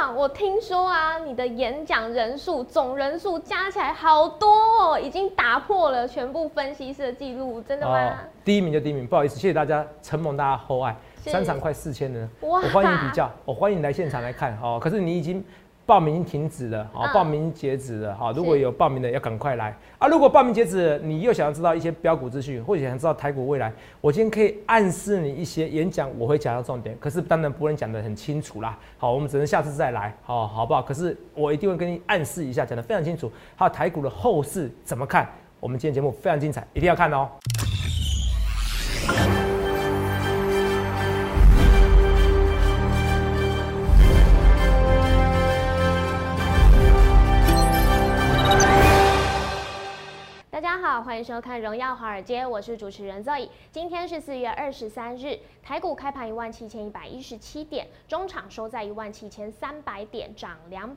长，我听说啊，你的演讲人数总人数加起来好多哦，已经打破了全部分析师的记录，真的吗？ 第一名就第一名，不好意思，谢谢大家承蒙大家厚爱，3场快4000人，我欢迎比较，我欢迎来现场来看哦。可是你已经报名停止了，报名截止了，如果有报名的要赶快来啊！如果报名截止了，你又想要知道一些标股资讯，或者想知道台股未来，我今天可以暗示你一些演讲，我会讲到重点，可是当然不能讲得很清楚啦。好，我们只能下次再来，好不好？可是我一定会跟你暗示一下，讲得非常清楚。还有台股的后市怎么看？我们今天节目非常精彩，一定要看哦。 大家好，欢迎收看《荣耀华尔街》，我是主持人 Zoe。今天是4月23日，台股开盘17117点，中场收在17300点，涨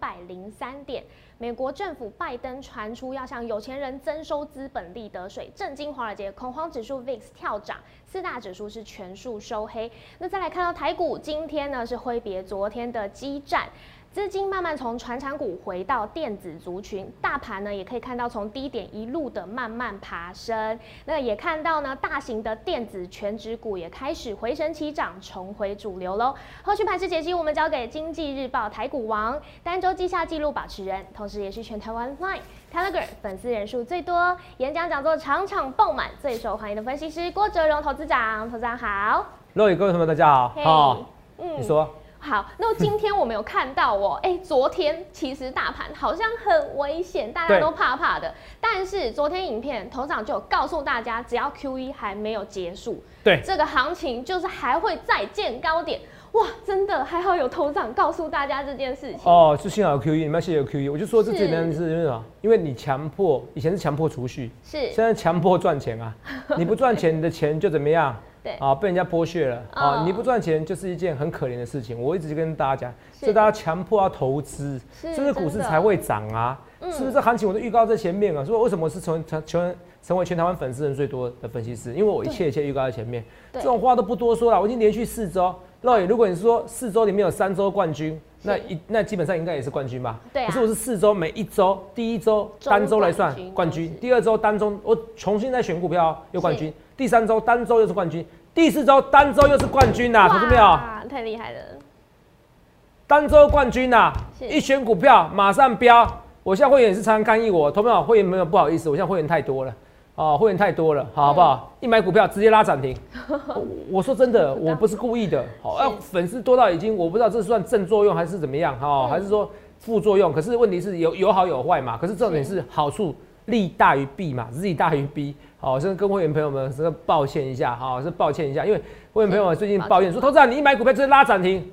203点。美国政府拜登传出要向有钱人增收资本利得税，震惊华尔街，恐慌指数 VIX 跳涨，4大指数是全数收黑。那再来看到台股，今天呢是挥别昨天的激战。资金慢慢从传产股回到电子族群，大盘呢也可以看到从低点一路的慢慢爬升，那也看到呢大型的电子全指股也开始回神起涨，重回主流喽。后续盘势解析我们交给经济日报台股王、单周绩效纪录保持人，同时也是全台湾 Line、Telegram 粉丝人数最多、演讲讲座场场爆满、最受欢迎的分析师郭哲荣投资长。投资长好。 各位同学大家好。你说。 好，那今天我们有看到哦，昨天其实大盘好像很危险，大家都怕怕的。但是昨天影片头长就有告诉大家，只要 QE 还没有结束， 对， 这个行情就是还会再见高点。哇，真的还好有头长告诉大家这件事情哦，就幸好有 QE， 你们要谢谢有 QE。我就说这简单的是因为什么？因为你强迫以前是强迫储蓄， 是现在强迫赚钱啊！你不赚钱，你的钱就怎么样？ 对被人家剥削了你不赚钱就是一件很可怜的事情。我一直跟大家讲，所以大家强迫要投资，是不是股市才会涨啊？是不是这行情我都预告在前面啊？所以为什么我是成为全台湾粉丝人最多的分析师？因为我一切预告在前面，这种话都不多说了。我已经连续4周，如果你说4周里面有3周冠军，那基本上应该也是冠军吧？ 对啊。 可是我是4周，每一周第1周单周来算冠军，第2周单周我重新再选股票又冠军，第3周单周又是冠军，第4周单周又是冠军呐，同志们哇，太厉害了！ 单周冠军呐，一选股票马上飙。我现在会员也是常常抗议我，同志们会员没有不好意思，我现在会员太多了。会员太多了，好不好？一买股票直接拉涨停。我说真的，我不是故意的。粉丝多到已经我不知道这算正作用还是怎么样，还是说副作用？可是问题是有好有坏嘛。可是重点是好处利大于弊嘛，利大于弊。好，先跟会员朋友们抱歉一下，是抱歉一下，因为会员朋友们最近抱怨说，投资人你一买股票直接拉涨停。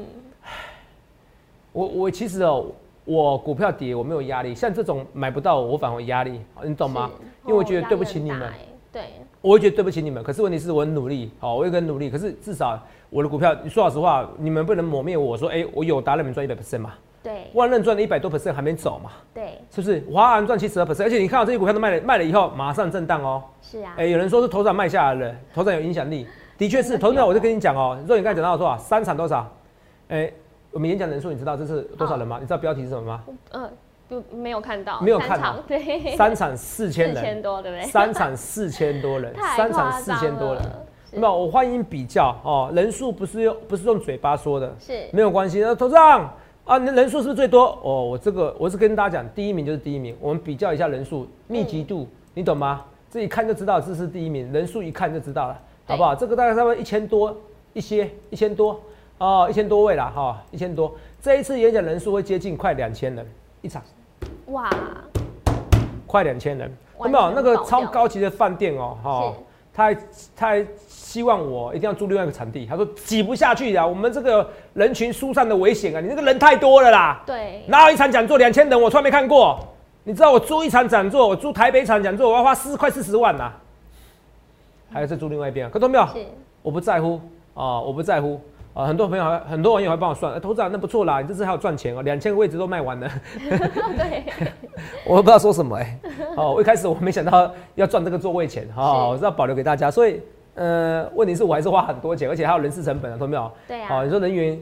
我其实我股票跌我没有压力，像这种买不到我反而有压力，你懂吗？因为我觉得对不起你们， 对， 我会觉得对不起你们。可是问题是我很努力，我有很努力。可是至少我的股票，说老实话，你们不能抹灭我说，我有达人们赚100% 嘛， 对， 万润赚了100多%还没走嘛， 对， 是不是？华安赚72%，而且你看到这些股票都卖了以后，马上震荡哦。 是啊， 有人说是头场卖下来了，头场有影响力，的确是。头场我就跟你讲哦，若你刚才讲到多少，3场多少？我们演讲人数你知道这是多少人吗？你知道标题是什么吗？ 没有看到， 没有看到，对 ，3场4000人， 4000多，对不对 ？3场4000多人，3场4000多人。没有，我欢迎比较人数不是用嘴巴说的， 是没有关系。头长你的人数是不是最多？我是跟大家讲，第一名就是第一名。我们比较一下人数密集度，你懂吗？这一看就知道这是第一名，人数一看就知道了，好不好？这个大概差不多1000多，1000多，1000多位啦，1000多。这一次演讲人数会接近快2000人一场。哇，快2000人，有没有？那个超高级的饭店他还希望我一定要租另外一个场地，他说挤不下去啊，我们这个人群疏散的危险啊，你那个人太多了啦。 对， 哪有一场讲座2000人，我从来没看过。你知道我租一场讲座，我租台北场讲座，我要花快40万呐，还有再租另外一边，看到没有？我不在乎我不在乎。很多朋友很多网友还帮我算，投资长那不错啦，你这次还有赚钱2000个位置都卖完了。 对， 我都不知道说什么我一开始我没想到要赚这个座位钱我是要保留给大家，所以问题是我还是花很多钱，而且还有人事成本投没有？ 对啊。 你说人员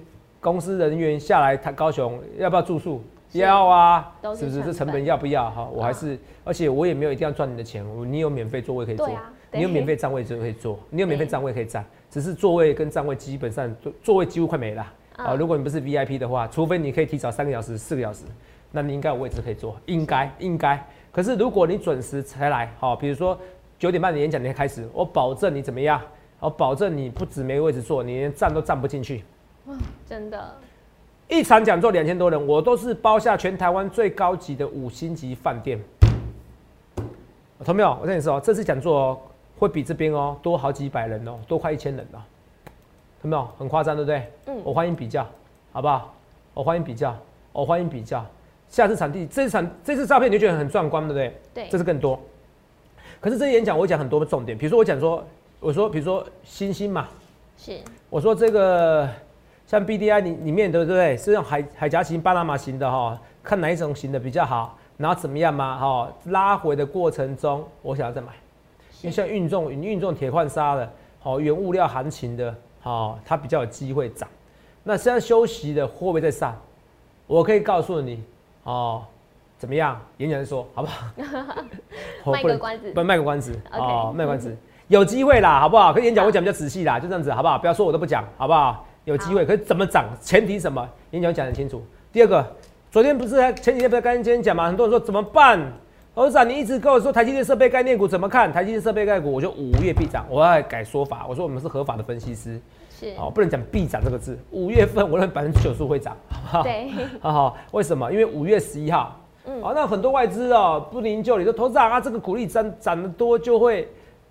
公司人员下来高雄要不要住宿？要啊，是不是？这成本要不要？哈，我还是，而且我也没有一定要赚你的钱，你有免费座位可以坐，你有免费站位就可以坐，你有免费站位可以站，只是座位跟站位基本上座位几乎快没了啊。如果你不是 VIP 的话，除非你可以提早3个小时、4个小时，那你应该有位置可以坐，应该。可是如果你准时才来，好，比如说9点半的演讲你开始，我保证你怎么样？我保证你不止没位置坐，你连站都站不进去。 真的。 一场讲座2000多人，我都是包下全台湾最高级的5星级饭店。同没有？我跟你说，这次讲座哦，会比这边哦多好几百人哦，多快1000人哦。同没有？很夸张，对不对？我欢迎比较，好不好？我欢迎比较。下次场地，这次照片你就觉得很壮观，对不对？ 对。这次更多。可是这次演讲我讲很多的重点，比如说我说，比如说星星嘛， 是。 我说这个。像 BDI 里面对不对？是用海峡型、巴拿马型的哈，看哪一种型的比较好，然后怎么样嘛？哈，拉回的过程中，我想要再买，因为像运重铁矿砂的，好原物料行情的，好它比较有机会涨。那现在休息的会不会再上？我可以告诉你哦，怎么样？演讲说好不好？ 卖个关子， 不卖个关子哦，卖个关子，有机会啦，好不好？可是演讲我讲比较仔细啦，就这样子，好不好？不要说我都不讲，好不好？有机会，可是怎么涨？前提什么？演讲讲得很清楚。第二个，昨天不是前几天不是跟今天讲嘛？很多人说怎么办？董事长，你一直跟我说台积电设备概念股怎么看？台积电设备概念股，我就5月必涨，我要改说法，我说我们是合法的分析师， 是哦，不能讲必涨这个字。5月份我认为90%会涨，好不好？ 对， 好，为什么？因为5月11号，好，那很多外资哦不明就里说，董事长啊，这个股利涨得多就会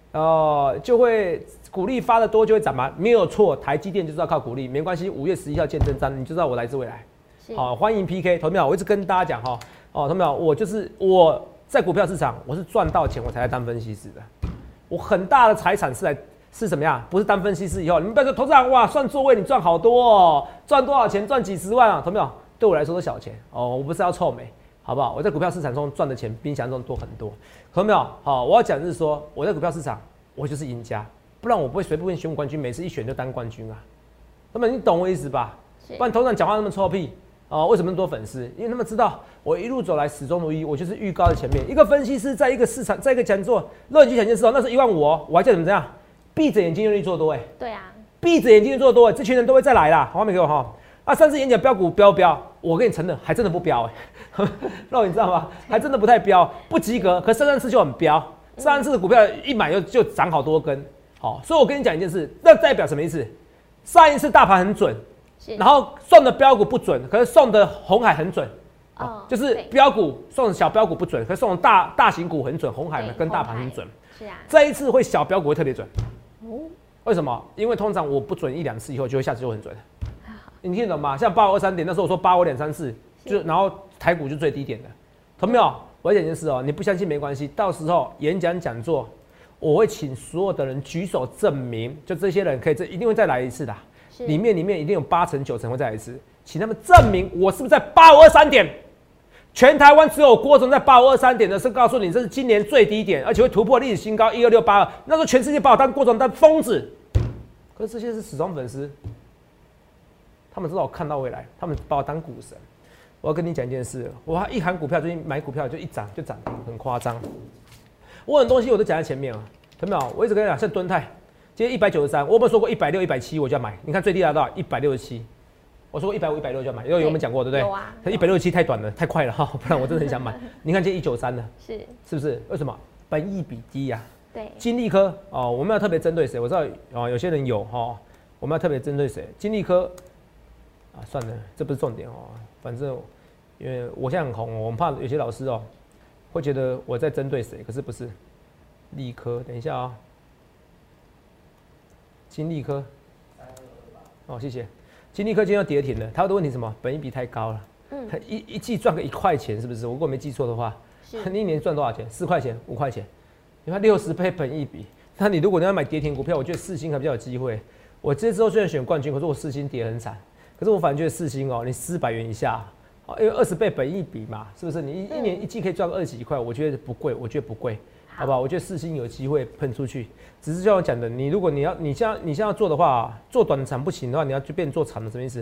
股利发的多就会涨嘛？没有错，台积电就是要靠股利，没关系。5月11号见真章，你就知道我来自未来。好，欢迎 PK， 投票，我一直跟大家讲哈，哦，投票，我在股票市场，我是赚到钱我才来当分析师的。我很大的财产是什么样？不是当分析师以后，你们不要说投资人哇，算座位你赚好多哦，赚多少钱？赚几十万啊？投票，对我来说都小钱哦，我不是要臭美，好不好？我在股票市场中赚的钱比你想象中多很多。投票，好，我要讲的是说，我在股票市场，我就是赢家。不然我不会随便选股冠军，每次一选就当冠军啊！那么你懂我意思吧？不然头上讲话那么臭屁哦，为什么那么多粉丝？因为他们知道我一路走来始终如一，我就是预告在前面。一个分析师在一个市场，在一个讲座，如果你去讲件事哦，那是15000哦，我还叫你们怎样？闭着眼睛用力做多对啊， 闭着眼睛做多这群人都会再来啦。画面给我哈。啊，上次演讲标股标不标？我跟你承认，还真的不标肉你知道吗？还真的不太标，不及格。可上次就很标，上次的股票一买就涨好多根。好，所以我跟你讲一件事，那代表什么意思？上一次大盘很准，然后送的标股不准，可是送的鸿海很准，就是标股送的小标股不准，可是送的大型股很准，鸿海跟大盘很准。 是啊， 这一次会小标股会特别准。为什么？因为通常我不准1、2次以后，就会下次就很准。你听得懂吗？像8523点那时候我说85.34，就然后台股就最低点的，懂没有？我要讲一件事哦，你不相信没关系，到时候演讲讲座。我会请所有的人举手证明，就这些人可以，这一定会再来一次的。里面一定有8成9成会再来一次，请他们证明我是不是在8523点。全台湾只有郭总在8523点的是告诉你这是今年最低点，而且会突破历史新高12682。那时候全世界把我当郭总当疯子，可是这些是死忠粉丝，他们知道我看到未来，他们把我当股神。我要跟你讲一件事，我一喊股票，最近买股票就一涨就涨，很夸张。我很多东西我都讲在前面啊，有没有？我一直跟你讲，像敦泰，今天193，我有没有说过160、170我就要买？你看最低达到167，我说过150、160就要买，有没有讲过对不对？ 有啊。 可167太短了，太快了哈，不然我真的很想买。你看今天193了，是不是？为什么？本益比低呀。 对。 金利科哦，我们要特别针对谁？我知道哦，有些人有哈，我们要特别针对谁？金利科啊，算了，这不是重点哦，反正因为我现在很红哦，我们怕有些老师哦。会觉得我在针对谁，可是不是。利科，等一下啊、哦，金利科，哦，谢谢。金利科今天要跌停了，它的问题是什么？本益比太高了，一季赚个1块钱，是不是？如果没记错的话，你一年赚多少钱？4块钱、5块钱，你看60倍本益比。那你如果你要买跌停股票，我觉得世芯还比较有机会。我这之后虽然选冠军，可是我世芯跌很惨，可是我反而觉得世芯哦，你400元以下。因为20倍本益比嘛，是不是？你一年一季可以赚个20几块，我觉得不贵，我觉得不贵，好不好？我觉得世芯有机会喷出去，只是像我讲的，你如果你现在要做的话，做短长不行的话，你要就变做长的，什么意思？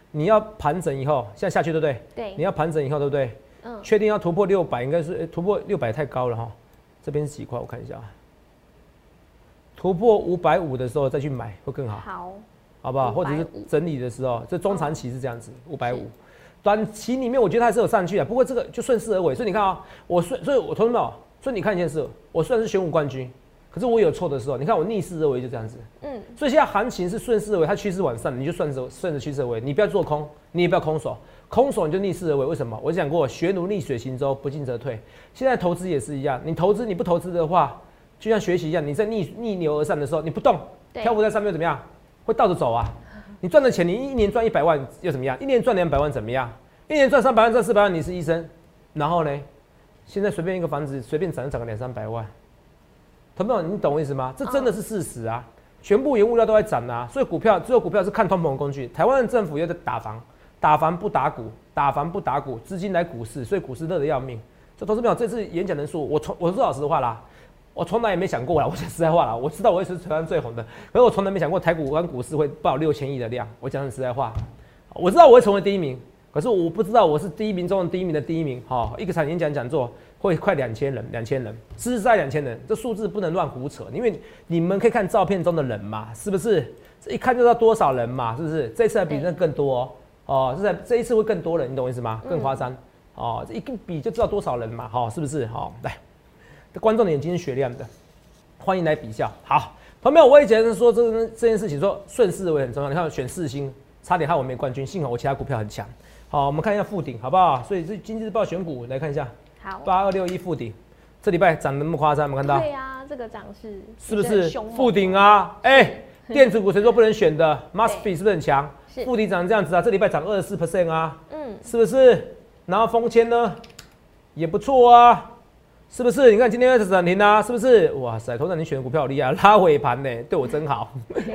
你要盘整以后，现在下去对不对？ 对， 你要盘整以后对不对？确定要突破600，应该是突破600太高了哈。这边是几块？我看一下啊。突破550的时候再去买会更好，好不好？或者是整理的时候，这中长期是这样子，550。短期里面我觉得还是有上去的，不过这个就顺势而为。所以你看啊，所以我同学们，所以你看一件事，我虽然是选股冠军，可是我有错的时候，你看我逆势而为就这样子。所以现在行情是顺势而为，它趋势往上，你就顺着趋势而为，你不要做空，你也不要空手。空手你就逆势而为，为什么？我讲过，学奴逆水行舟，不进则退。现在投资也是一样，你投资你不投资的话，就像学习一样，你在逆流而上的时候，你不动，漂浮在上面又怎么样？会倒着走啊！你赚的钱，你一年赚100万又怎么样？一年赚200万怎么样？一年赚300万、赚400万，你是医生，然后呢？现在随便一个房子，随便涨个200-300万，同学们，你懂我意思吗？这真的是事实啊！全部原物料都在涨啊，所以只有股票是看通膨的工具。台湾的政府又在打房。打房不打股，打房不打股，资金来股市，所以股市热得要命。所以投资朋友，这次演讲人数，我说老实话啦，我从来也没想过啦。我讲实在话啦，我知道我也是台湾最红的，可是我从来没想过台湾股市会爆6000亿的量。我讲的实在话，我知道我会成为第一名，可是我不知道我是第一名中的第一名的第一名。一个场演讲讲座会快2000人，2000人，实在2000人，这数字不能乱胡扯，因为你们可以看照片中的人嘛，是不是？这一看就知道多少人嘛，是不是？这次还比那更多这一次会更多人，你懂我意思吗？更夸张这一比就知道多少人嘛，是不是？来，观众的眼睛是雪亮的，欢迎来比较。好，朋友们，我也觉得说这件事情说顺势而为很重要。你看我选4星，差点害我没冠军，幸好我其他股票很强。好，我们看一下富鼎好不好？所以这经济日报选股来看一下， 好 ，8261富鼎，这礼拜涨得那么夸张，有没有看到？ 对啊，这个涨势是不是富鼎啊？电子股谁说不能选的 ？Must be 是不是很强？富鼎涨这样子啊，这礼拜涨24% 啊，是不是？然后风谦呢，也不错啊，是不是？你看今天涨停啊，是不是？哇塞，头长你选的股票好厉害，拉尾盘呢，对我真好。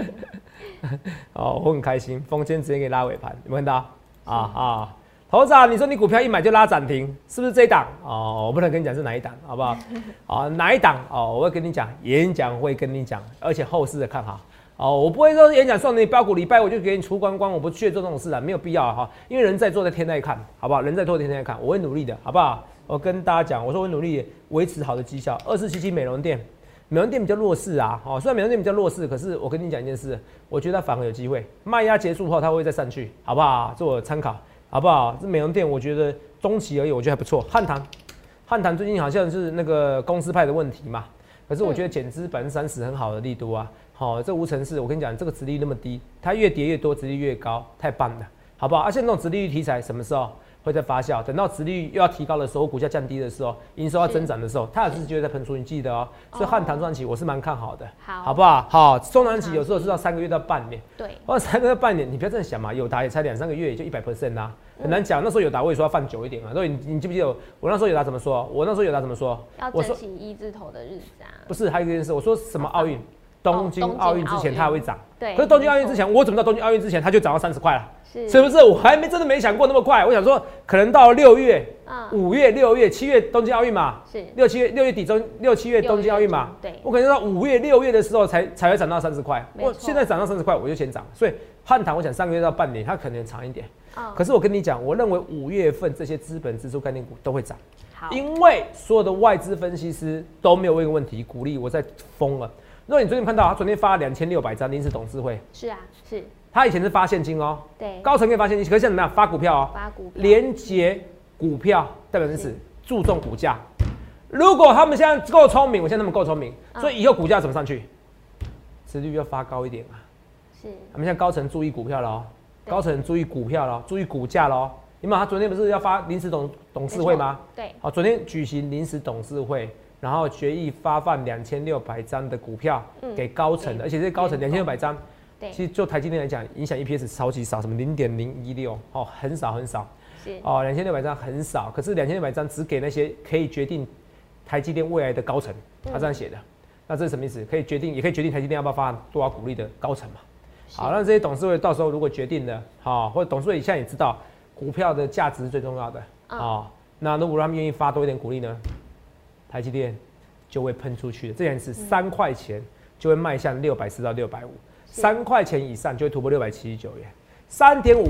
我很开心，风谦直接给拉尾盘，有没有看到？头长，你说你股票一买就拉涨停，是不是这一档？我不能跟你讲是哪一档，好不好？哪一档？我会跟你讲，演讲会跟你讲，而且后市的看好。我不会说演讲送你标股礼拜我就给你出光光，我不去做这种事啊，没有必要哈，因为人在做在天在看，好不好？人在做在天在看，我会努力的，好不好？我跟大家讲，我说我努力维持好的绩效。2477美容店比较弱势啊，虽然美容店比较弱势，可是我跟你讲一件事，我觉得它反而有机会，卖压结束后它会再上去，好不好？做我参考，好不好？这美容店我觉得中期而已，我觉得还不错。汉唐最近好像是那个公司派的问题嘛，可是我觉得减资30%很好的力度啊。这无尘室，我跟你讲，这个殖利率那么低，它越跌越多，殖利率越高，太棒了，好不好？现在这种殖利率题材什么时候会在发酵？等到殖利率又要提高的时候，股价降低的时候，营收要增长的时候，它有自己就会在喷出，你记得哦。所以汉唐中长期我是蛮看好的，好不好？好，中长期有时候是到3个月到半年， 对， 或者3个月半年，你不要这样想嘛，友达也才2-3个月也就100% 啦，很难讲。那时候友达我也说要放久一点啊，所以你记不记得我那时候友达怎么说？ 要珍惜1字头的日子啊。 不是，还有一件事，我说什么奥运？东京奥运之前它还会涨， 对。 可是东京奥运之前，我怎么知道东京奥运之前它就涨到30块了？是不是？我还真的没想过那么快。我想说，可能到6月、5月、6月、7月东京奥运嘛，是6、7月底6、7月东京奥运嘛，对。我可能到5月、6月的时候才会涨到30块。我现在涨到30块，我就先涨。所以汉唐，我想3个月到半年，它可能长一点。可是我跟你讲，我认为5月份这些资本支出概念股都会涨，因为所有的外资分析师都没有问问题，鼓励我在疯了。如果你最近看到他昨天发了2600张临时董事会，是啊，是。他以前是发现金哦，对，高层可以发现金，可是现在怎么样？发股票哦，发股票，连结股票，代表是注重股价。如果他们现在够聪明，我现在他们够聪明，所以以后股价怎么上去？殖利率要发高一点啊。是。他们现在高层注意股票了哦，高层注意股票了，注意股价了哦。你们他昨天不是要发临时董事会吗？对。好，昨天举行临时董事会。然后决议发放2600张的股票给高层，而且这些高层2600张，其实就台积电来讲，影响 EPS 超级少，什么0.016很少很少，2600张很少，可是2600张只给那些可以决定台积电未来的高层，他这样写的，那这是什么意思？可以决定，也可以决定台积电要不要发多少股利的高层嘛。好，那这些董事会到时候如果决定了，或者董事会现在也知道股票的价值是最重要的，那如果他们愿意发多一点股利呢？台积电就会喷出去的，这件事3块钱就会迈向640到650，3块钱以上就会突破679元，3.5块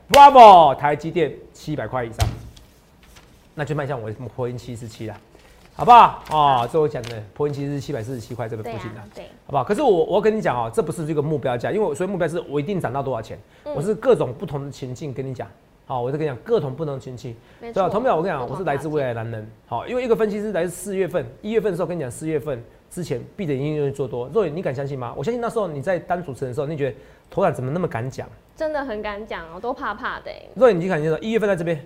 ，Bravo， 台积电700块以上，那就迈向我的波音747啦。好不好？哦，这我讲的波音747 747块这个附近的， 对， 好不好？可是我跟你讲哦，这不是这个目标价，因为所以目标是我一定涨到多少钱，我是各种不同的情境跟你讲。好，我再跟你讲各种不同的情境。对啊，同秒我跟你讲，我是来自未来的男人。好，因为一个分析师来自4月份、1月份的时候跟你讲，4月份之前闭着眼睛就做多。若你敢相信吗？我相信那时候你在当主持人的时候，你觉得头长怎么那么敢讲？ 真的很敢讲哦，都怕怕的。 若你去看，你说1月份在这边。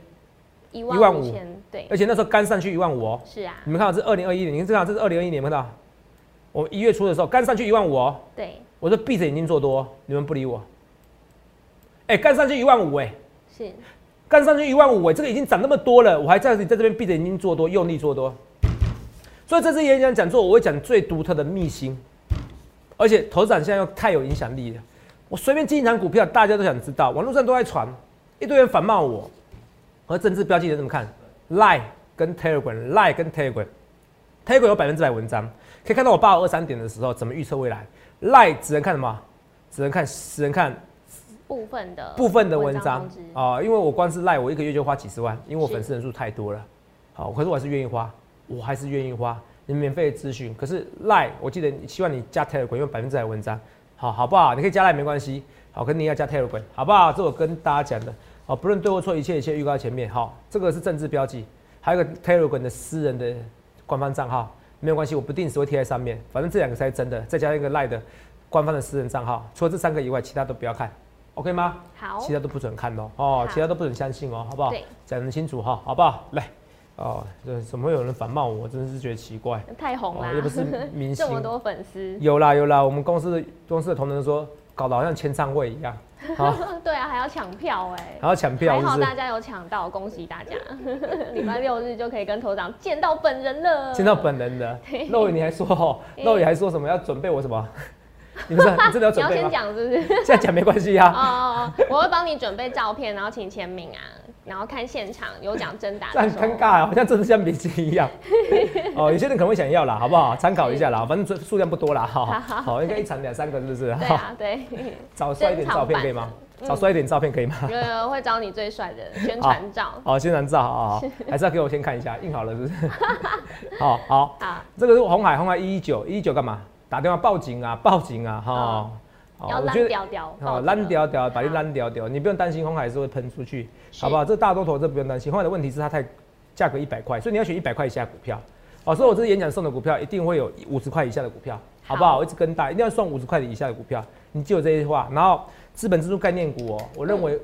15000，对， 而且那时候刚上去15000哦。 是啊。你们看到这是2021年，你看这是2021年，看到？我1月初的时候刚上去15000哦。 对。 我就闭着眼睛做多，你们不理我。刚上去15000 是。 刚上去15000这个已经涨那么多了，我还在这边闭着眼睛做多，用力做多。所以这次演讲讲座，我会讲最独特的秘辛，而且投资长现在又太有影响力了。我随便进一场股票，大家都想知道，网络上都在传，一堆人反骂我。和政治标记人怎么看 ？Line 跟 Telegram，Line 跟 Telegram 有100%文章，可以看到我823点的时候怎么预测未来。Line 只能看什么？只能看部分的文章啊，因为我光是 Line 我1个月就花几10万，因为我粉丝人数太多了。好，可是我还是愿意花，你免费的资讯。可是 Line 我记得希望你加 Telegram， 因为100%的文章，好不好？你可以加 Line 没关系，好，可是你要加 Telegram， 好不好？这我跟大家讲的。好，不论对或错，一切预告在前面。好，这个是政治标记，还有一个 Telegram 的私人的官方账号，没有关系，我不定时会贴在上面。反正这2个才是真的，再加一个 Line 的官方的私人账号，除了这3个以外，其他都不要看 ，OK 吗？ 好， 其他都不准看哦，其他都不准相信哦，好不好？讲得清楚哈，好不好？来，怎么会有人反骂我？我真的是觉得奇怪， 太红了， 又不是明星， 这么多粉丝， 有啦，我们公司的同仁说，搞得好像签唱会一样。 对啊，还要抢票还要抢票， 还好大家有抢到，恭喜大家！礼拜6日就可以跟头长见到本人了。见到本人的，肉宇你还说肉宇还说什么要准备我什么？你真的要准备吗？你要先讲是不是？现在讲没关系啊。我会帮你准备照片，然后请签名啊，然后看现场有奖征答。这很尴尬，好像真的像明星一样。有些人可能会想要啦，好不好？参考一下啦，反正数量不多啦，好，应该1场2、3个，是不是？对啊，对。找帅一点照片可以吗？找帅一点照片可以吗？有，会找你最帅的宣传照。宣传照，好，还是要给我先看一下，印好了是不是？好，这个是红海119干嘛？打电话报警啊，哈！要烂掉，把你烂掉，你不用担心红海是会喷出去，好不好？这大多头这不用担心。红海的问题是它价格100块，所以你要选100块以下的股票。所以我这次演讲送的股票一定会有50块以下的股票，好不好？我一直跟大家一定要送50块以下的股票，你记住这些话。然后资本支出概念股我认为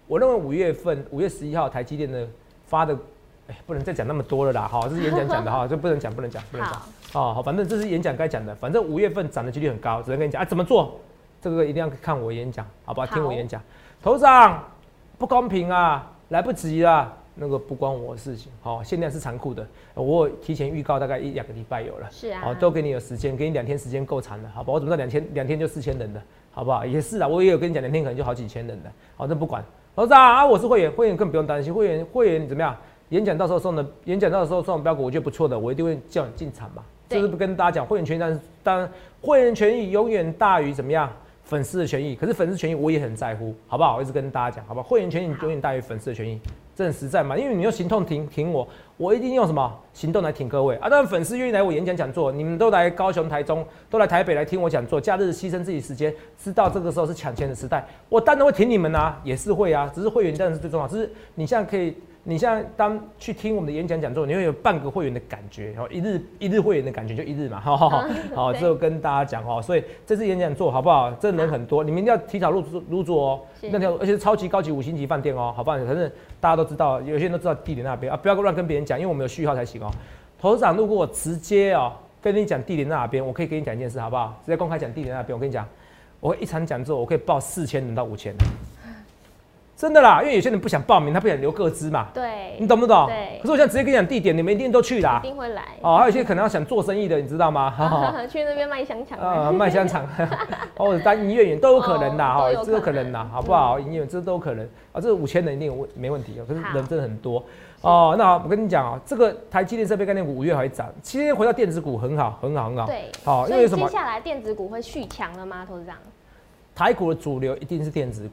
5月11号台积电的发的。不能再讲那么多了啦，这是演讲讲的哈，就不能讲。好，反正这是演讲该讲的，反正5月份涨的几率很高，只能跟你讲怎么做，这个一定要看我演讲，好不好？听我演讲。头长不公平啊，来不及啦，那个不关我的事情，限量是残酷的，我提前预告大概1、2个礼拜有了，是啊，都给你有时间，给你2天时间够长了，好吧？我怎么知道2天就4000人的，好不好？也是啊，我也有跟你讲2天可能就好几千人的，好，这不管。头长我是会员更不用担心，会员怎么样？演讲到时候送的标股，我觉得不错的，我一定会叫你进场嘛。就是不跟大家讲，会员权益当然会员权益永远大于怎么样粉丝的权益，可是粉丝权益我也很在乎，好不好？我一直跟大家讲，好不好？会员权益永远大于粉丝的权益，这很实在嘛。因为你用行动挺我一定用什么行动来挺各位啊。当然粉丝愿意来我演讲讲座，你们都来高雄、台中，都来台北来听我讲座，假日牺牲自己时间，知道这个时候是抢钱的时代，我当然会挺你们啊，也是会啊。只是会员当然是最重要，只是你现在可以。你现在当去听我们的演讲讲座，你会有半个会员的感觉，然后一日会员的感觉就1日嘛，好，这个跟大家讲所以这次演讲座好不好？真的人很多，你们一定要提早入座哦，而且是超级高级5星级饭店哦，好不好？反正大家都知道，有些人都知道地点那边啊，不要乱跟别人讲，因为我们有序号才行哦。投资长如果我直接跟你讲地点那边，我可以跟你讲一件事，好不好？直接公开讲地点那边，我跟你讲，我会一场讲座我可以报4000人到5000人。真的啦，因为有些人不想报名，他不想留个资嘛。对，你懂不懂？对。可是我现在直接跟你讲地点，你们一定都去啦。一定会来。还有一些可能要想做生意的，你知道吗？去那边卖香肠。卖香肠。当营业员都有可能的这都有可能的，好不好？营业员这都有可能这5000人一定没问题可是人真的很多那好，我跟你讲这个台积电设备概念股5月还涨，今天回到电子股很好。对。好，因为什么？接下来电子股会续强了吗？投资长？台股的主流一定是电子股。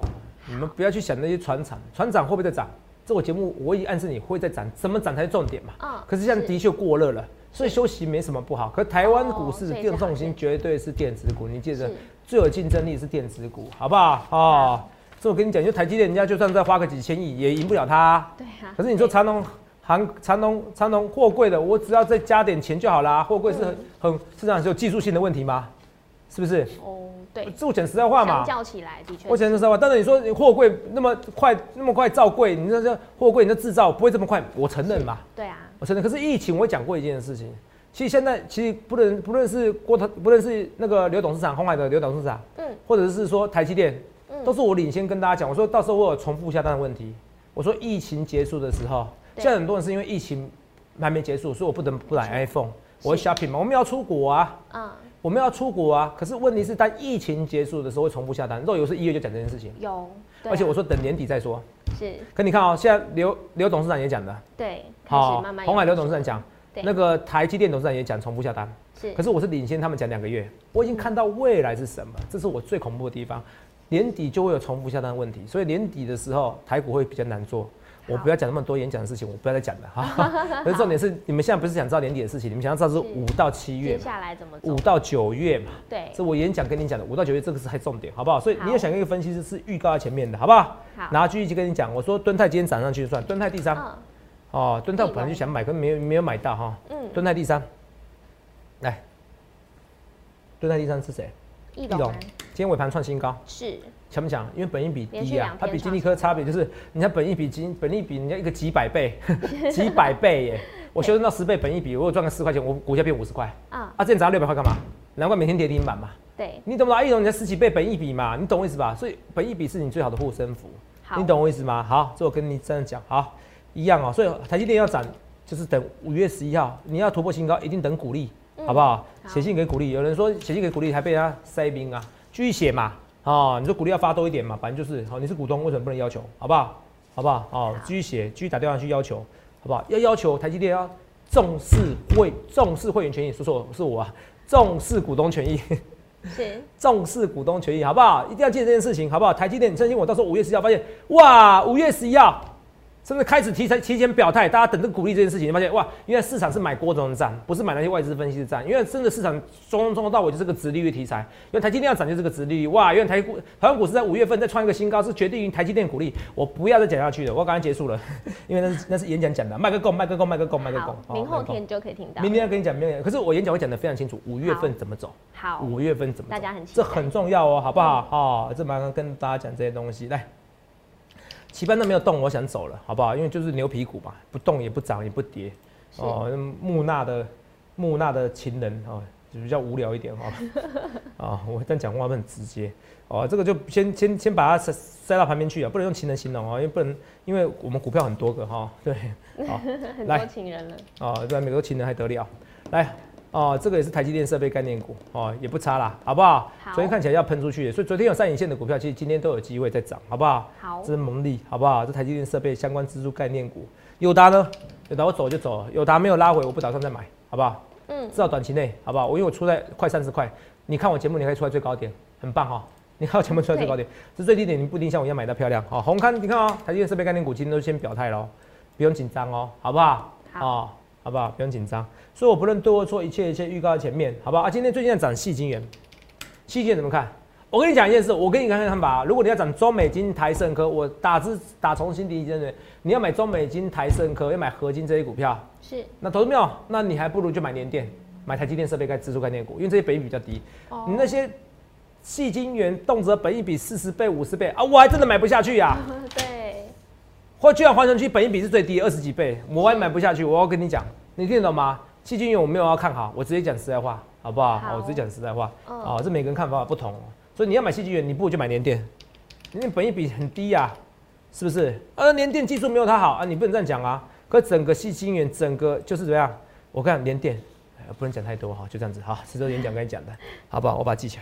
你们不要去想那些船厂会不会再涨？这我节目我已暗示你会再涨，怎么涨才是重点嘛。可是现在的确过热了，所以休息没什么不好。可台湾股市的电重心绝对是电子股，你记得最有竞争力是电子股，好不好？这我跟你讲，就台积电，人家就算再花个几千亿，也赢不了它。 对啊。 可是你说长隆货柜的，我只要再加点钱就好啦。货柜是市场是有技术性的问题吗？是不是？ 对， 这我讲实在话嘛。 相较起来，的确。 我讲实在话，但是你说货柜那么快造柜，你这货柜你的制造不会这么快，我承认嘛。 对啊。 我承认。可是疫情我讲过一件事情，其实现在不论是那个刘董事长，鸿海的刘董事长，或者是说台积电，都是我领先跟大家讲，我说到时候我有重复下单的问题。我说疫情结束的时候，现在很多人是因为疫情还没结束，所以我不得不买 iPhone， 我会 shopping 嘛，我们要出国啊。我们要出国啊，可是问题是，当疫情结束的时候会重复下单。肉油是1月就讲这件事情， 有， 而且我说等年底再说。 是。 可你看现在刘董事长也讲的， 对，开始慢慢。 鸿海刘董事长讲，那个台积电董事长也讲重复下单。是。可是我是领先他们讲2个月，我已经看到未来是什么，这是我最恐怖的地方。年底就会有重复下单的问题，所以年底的时候台股会比较难做。我不要讲那么多演讲的事情，我不要再讲了哈。可是重点是，你们现在不是想知道年底的事情，你们想要知道是5到7月， 接下来怎么做 ？5到9月嘛。 对。 这我演讲跟你讲的5到9月，这个是还重点，好不好？所以你要想一个分析师是预告在前面的，好不好？好。然后继续跟你讲，我说敦泰今天涨上去就算，敦泰第3。敦泰我本来就想买，可是没有买到哈。敦泰第3。来，敦泰第3是谁？ 义隆。 今天尾盘创新高。 是。强不强？因为本益比低啊，它比金利科差别就是，你看本益比人家一个几百倍，几百倍耶！我修正到10倍本益比，我有赚个4块钱，我股价变50块之前涨到600块干嘛？难怪每天跌停板嘛。 对， 你懂不懂？一种人家10几倍本益比嘛，你懂我意思吧？所以本益比是你最好的护身符，你懂我意思吗？好，这我跟你这样讲，好，一样所以台积电要涨，就是等5月11号，你要突破新高，一定等股利，好不好？写信给股利，有人说写信给股利还被人家塞兵啊，继续写嘛。你说股利要发多一点嘛，反正就是你是股东，为什么不能要求？好不好？好不好？继续写，继续打电话去要求，好不好？要求台积电要重视会员权益，说是我啊，重视股东权益，是重视股东权益，好不好？一定要记得这件事情，好不好？台积电，你相信我，到时候5月11号发现，哇，5月11号。甚至开始提前表态，大家等着鼓励这件事情，你发现哇，原来市场是买郭总的账，不是买那些外资分析的账。因为真的市场从头到尾就是个殖利率题材，因为台积电要涨就是个殖利率，哇，原来台湾股市在5月份再创一个新高，是决定于台积电股利。我不要再讲下去了，我刚刚结束了，因为那是演讲讲的，卖个供。 明后天就可以听到。 明天要跟你讲，可是我演讲会讲得非常清楚，5月份怎么走， 好 ，5月份怎么走， 大家很期待， 这很重要好不好？这马上跟大家讲这些东西来。期班都没有动，我想走了，好不好？因为就是牛皮股嘛，不动也不涨也不跌，木讷的情人就比较无聊一点我这样讲话会很直接这个就先把它塞到旁边去不能用情人形容因为我们股票很多个对， 很多情人了对，每个情人还得了，来。这个也是台积电设备概念股也不差啦，好不好？昨天看起来要喷出去的，所以昨天有3影线的股票，其实今天都有机会再涨，好不好？好，这是蒙利，好不好？这台积电设备相关支柱概念股，友达呢？友达我走就走，友达没有拉回，我不打算再买，好不好？至少短期内，好不好？因为我出在快30块，你看我节目，你可以出在最高点，很棒你看我节目出在最高点，这最低点你不一定像我一样买到漂亮红看，你看台积电设备概念股今天都先表态咯，不用紧张好不好？好不好？不用紧张，所以我不论对或错，一切预告在前面，好不好？今天最近在涨矽晶圆，矽晶圆怎么看？我跟你讲一件事，我跟你看吧。如果你要涨中美金、台盛科，我打重新第一针，你要买中美金、台盛科，要买合金这些股票， 是那投资没有？那你还不如就买联电，买台积电设备支柱概念股，因为这些本益比比较低。你那些矽晶圆动辄本益比40倍、50倍我还真的买不下去呀。 对。 或居然换成去本益比是最低20几倍，我还买不下去。我要跟你讲，你听得懂吗？矽晶圆我没有要看好，我直接讲实在话，好不好？我直接讲实在话。这每个人看法不同所以你要买矽晶圆，你不如就买联电，联电本益比很低呀，是不是？联电技术没有它好你不能这样讲可整个矽晶圆，整个就是怎么样？我看联电，不能讲太多就这样子是这演讲跟你讲的，好不好？我把它记起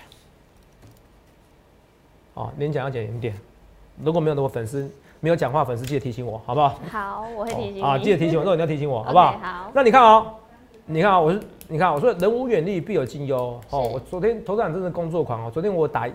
来。演讲要讲联电，如果没有那么粉丝。没有讲话，粉丝记得提醒我，好不好？ 好，我会提醒你。 记得提醒我，那你要提醒我，好不好？好。那你看我说人无远虑，必有近忧。我昨天投资长真的工作狂昨天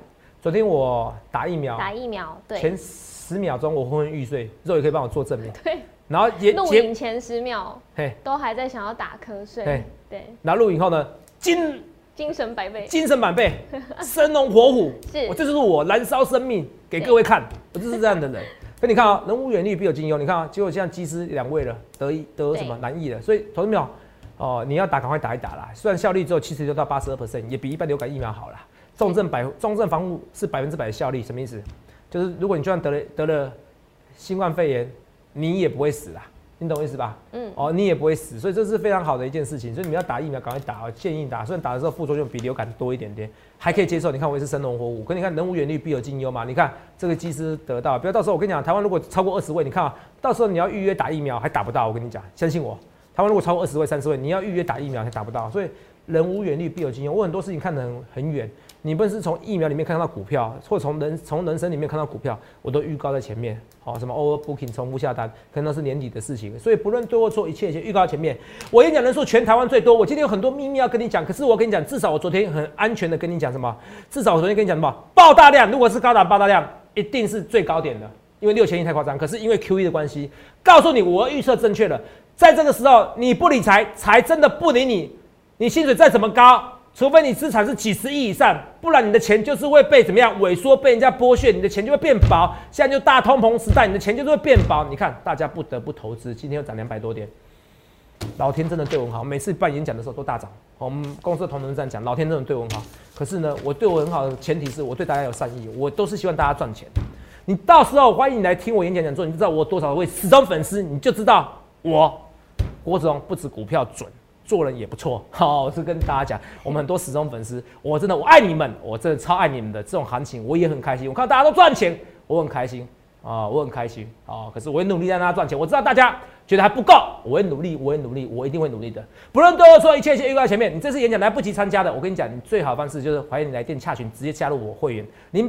昨天我打疫苗， 对， 前10秒钟我昏昏欲睡，肉也可以帮我做证明。 对， 然后录影前10秒，都还在想要打瞌睡。对， 然后录影后呢， 精神百倍， 生龙活虎。 是， 这就是我燃烧生命给各位看，我就是这样的人。可你看啊，人无远虑必有近忧。你看啊，结果现在机师2位了，得什么难疫了，所以投资苗你要打赶快打一打啦。虽然效率只有76到82%，也比一般流感疫苗好啦。重症防护是100%的效率，什么意思？就是如果你就算得了新冠肺炎，你也不会死啦，你懂我意思吧？你也不会死，所以这是非常好的一件事情。所以你们要打疫苗，赶快打，建议打。虽然打的时候副作用比流感多一点点，还可以接受。你看我也是生龙活虎，可你看人无远虑必有近忧嘛。你看这个机师得到，不要到时候我跟你讲，台湾如果超过20位，你看啊，到时候你要预约打疫苗还打不到，我跟你讲，相信我。台湾如果超过20位、30位，你要预约打疫苗还打不到，所以人无远虑必有近忧。我很多事情看得很远。你不是从疫苗里面看到股票，或从人生里面看到股票，我都预告在前面。什么 overbooking 重复下单，可能都是年底的事情。所以不论对或错，一切预告在前面。我演讲人数全台湾最多，我今天有很多秘密要跟你讲。可是我跟你讲，至少我昨天很安全的跟你讲什么？至少我昨天跟你讲什么？爆大量，如果是高档爆大量，一定是最高点的，因为6000亿太夸张。可是因为 QE 的关系，告诉你我预测正确了。在这个时候，你不理财，财真的不理你。你薪水再怎么高，除非你资产是几10亿以上，不然你的钱就是会被怎么样萎缩，被人家剥削，你的钱就会变薄。现在就大通膨时代，你的钱就是会变薄。你看，大家不得不投资，今天又涨200多点，老天真的对我很好。每次办演讲的时候都大涨，我们公司的同仁这样讲，老天真的对我很好。可是呢，我对我很好的前提是我对大家有善意，我都是希望大家赚钱。你到时候欢迎你来听我演讲讲座，你就知道我有多少位死忠粉丝，你就知道郭子龙不止股票准，做人也不错。我是跟大家讲，我们很多死忠粉丝，我爱你们，我真的超爱你们的。这种行情我也很开心，我看到大家都赚钱，我很开心我很开心可是我会努力让大家赚钱。我知道大家觉得还不够，我会努力，我一定会努力的。不论对或错，一切预告在前面。你这次演讲来不及参加的，我跟你讲，你最好的方式就是欢迎你来电洽询，直接加入我会员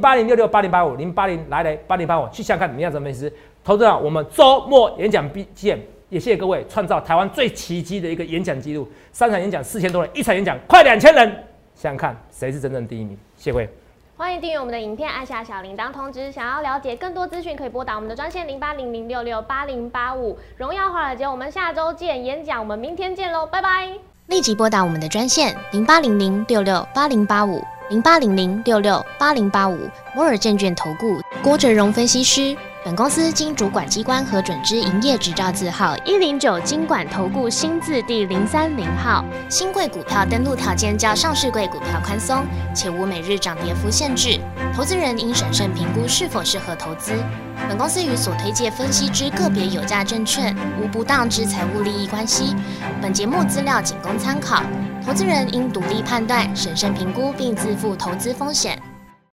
08066808508085去想看你要怎么意思。投资者，我们周末演讲见。也谢谢各位创造台湾最奇迹的一个演讲记录，3场演讲4000多人，1场演讲快2000人，想想看谁是真正第1名？谢谢各位。 欢迎订阅我们的影片，按下小铃铛通知。想要了解更多资讯，可以拨打我们的专线0800668085。荣耀华尔街，我们下周见。演讲我们明天见喽，拜拜。 立即拨打我们的专线0800668085，0800668085。摩尔证券投顾郭哲荣分析师。本公司经主管机关核准之营业执照字号109金管投顾新字第030号。新贵股票登录条件较上市贵股票宽松，且无每日涨跌幅限制。投资人应审慎评估是否适合投资。本公司与所推介分析之个别有价证券无不当之财务利益关系。本节目资料仅供参考，投资人应独立判断、审慎评估并自负投资风险。